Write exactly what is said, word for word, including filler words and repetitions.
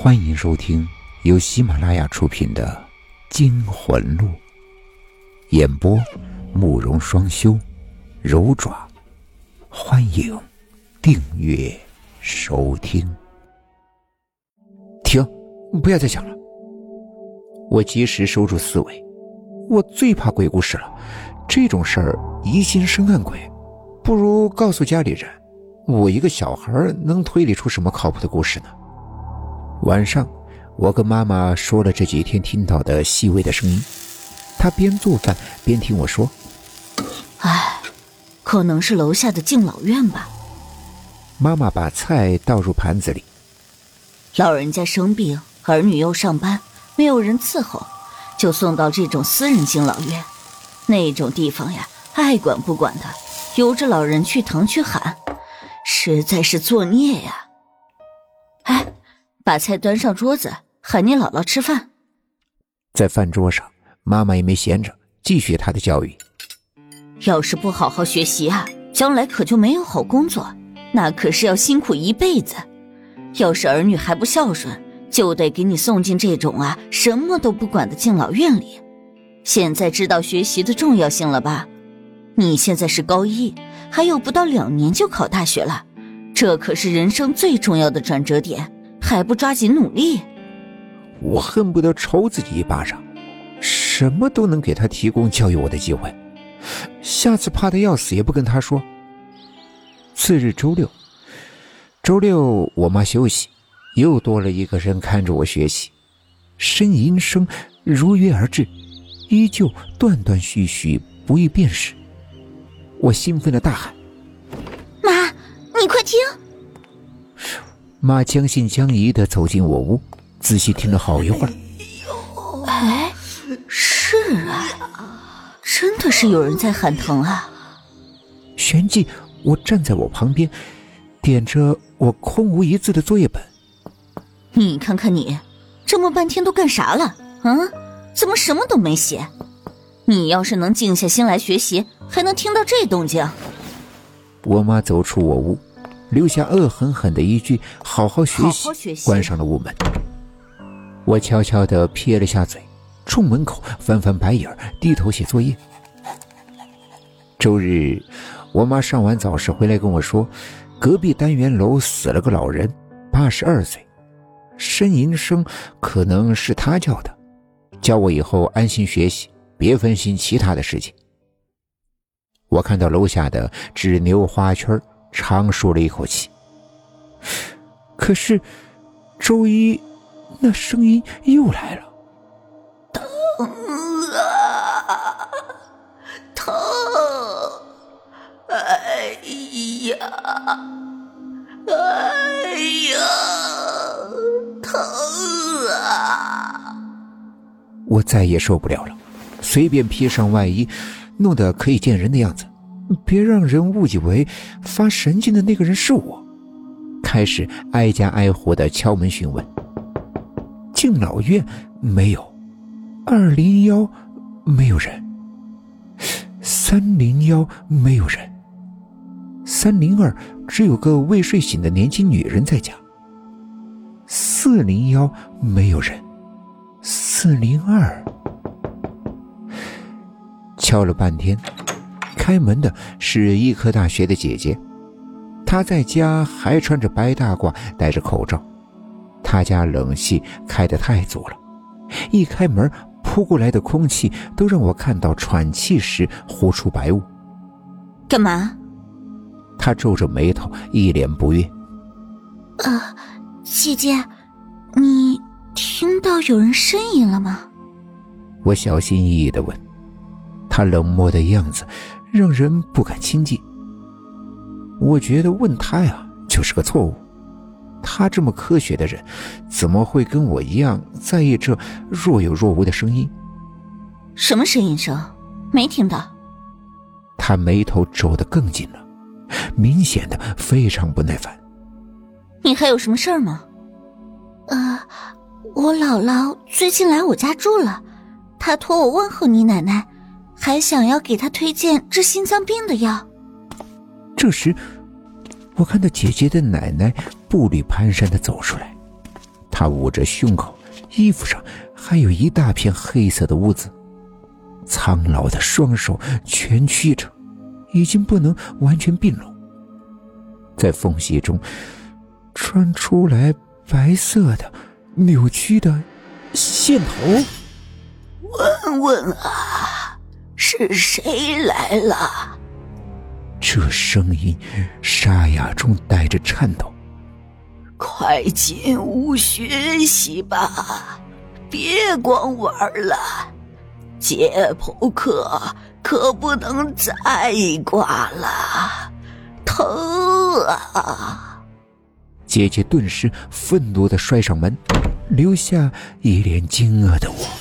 欢迎收听由喜马拉雅出品的《惊魂录》，演播慕容双修，柔爪。欢迎订阅收听。停，不要再讲了。我及时收住思维，我最怕鬼故事了，这种事儿疑心生暗鬼，不如告诉家里人，我一个小孩能推理出什么靠谱的故事呢？晚上我跟妈妈说了这几天听到的细微的声音，她边做饭边听我说， 唉，可能是楼下的敬老院吧。 妈妈把菜倒入盘子里。 老人家生病，儿女又上班，没有人伺候，就送到这种私人敬老院。那种地方呀，爱管不管的，由着老人去疼去喊，实在是作孽呀。哎，把菜端上桌子，喊你姥姥吃饭。 在饭桌上，妈妈也没闲着，继续她的教育。 要是不好好学习啊，将来可就没有好工作，那可是要辛苦一辈子。要是儿女还不孝顺，就得给你送进这种啊什么都不管的敬老院里。现在知道学习的重要性了吧？你现在是高一，还有不到两年就考大学了，这可是人生最重要的转折点，还不抓紧努力？ 我恨不得抽自己一巴掌，什么都能给他提供教育我的机会，下次怕得要死也不跟他说。次日周六，周六我妈休息，又多了一个人看着我学习。呻吟声如约而至，依旧断断续续，不易辨识。我兴奋地大喊， 妈，你快听！ 妈将信将疑地走进我屋，仔细听了好一会儿。 哎，是啊，真的是有人在喊疼啊。 旋即我站在我旁边，点着我空无一字的作业本。 你看看你，这么半天都干啥了？嗯，怎么什么都没写？你要是能静下心来学习，还能听到这动静。 我妈走出我屋，留下恶狠狠的一句好好学习， 好好学习， 关上了屋门。我悄悄地撇了下嘴，冲门口翻翻白眼，低头写作业。周日我妈上完早市回来跟我说，隔壁单元楼死了个老人，八十二岁，呻吟声可能是他叫的，叫我以后安心学习，别分心其他的事情。我看到楼下的纸牛花圈，长舒了一口气。可是周一那声音又来了， 疼啊，疼！哎呀，哎呀，疼啊！ 我再也受不了了，随便披上外衣，弄得可以见人的样子，别让人误以为发神经的那个人是我。开始挨家挨户的敲门询问。敬老院没有，二零幺没有人，三零幺没有人，三零二只有个未睡醒的年轻女人在家，四零幺没有人，四零二。敲了半天，开门的是医科大学的姐姐，她在家还穿着白大褂，戴着口罩。她家冷气开得太足了，一开门扑过来的空气都让我看到喘气时呼出白雾。 干嘛？ 她皱着眉头，一脸不悦。 呃，姐姐，你听到有人呻吟了吗？ 我小心翼翼地问。她冷漠的样子让人不敢亲近。我觉得问她呀就是个错误，她这么科学的人，怎么会跟我一样在意这若有若无的声音？ 什么呻吟声？没听到。 她眉头皱得更紧了，明显的非常不耐烦。 你还有什么事儿吗？呃，我姥姥最近来我家住了，她托我问候你奶奶，还想要给她推荐治心脏病的药。 这时我看到姐姐的奶奶步履蹒跚地走出来，她他捂着胸口，衣服上还有一大片黑色的污渍，苍老的双手蜷曲着，已经不能完全并拢，在缝隙中穿出来白色的扭曲的线头。 问问啊，是谁来了？ 这声音沙哑中带着颤抖。 快进屋学习吧，别光玩了，解剖课可不能再挂了，疼啊！ 姐姐顿时愤怒地摔上门，留下一脸惊愕的我。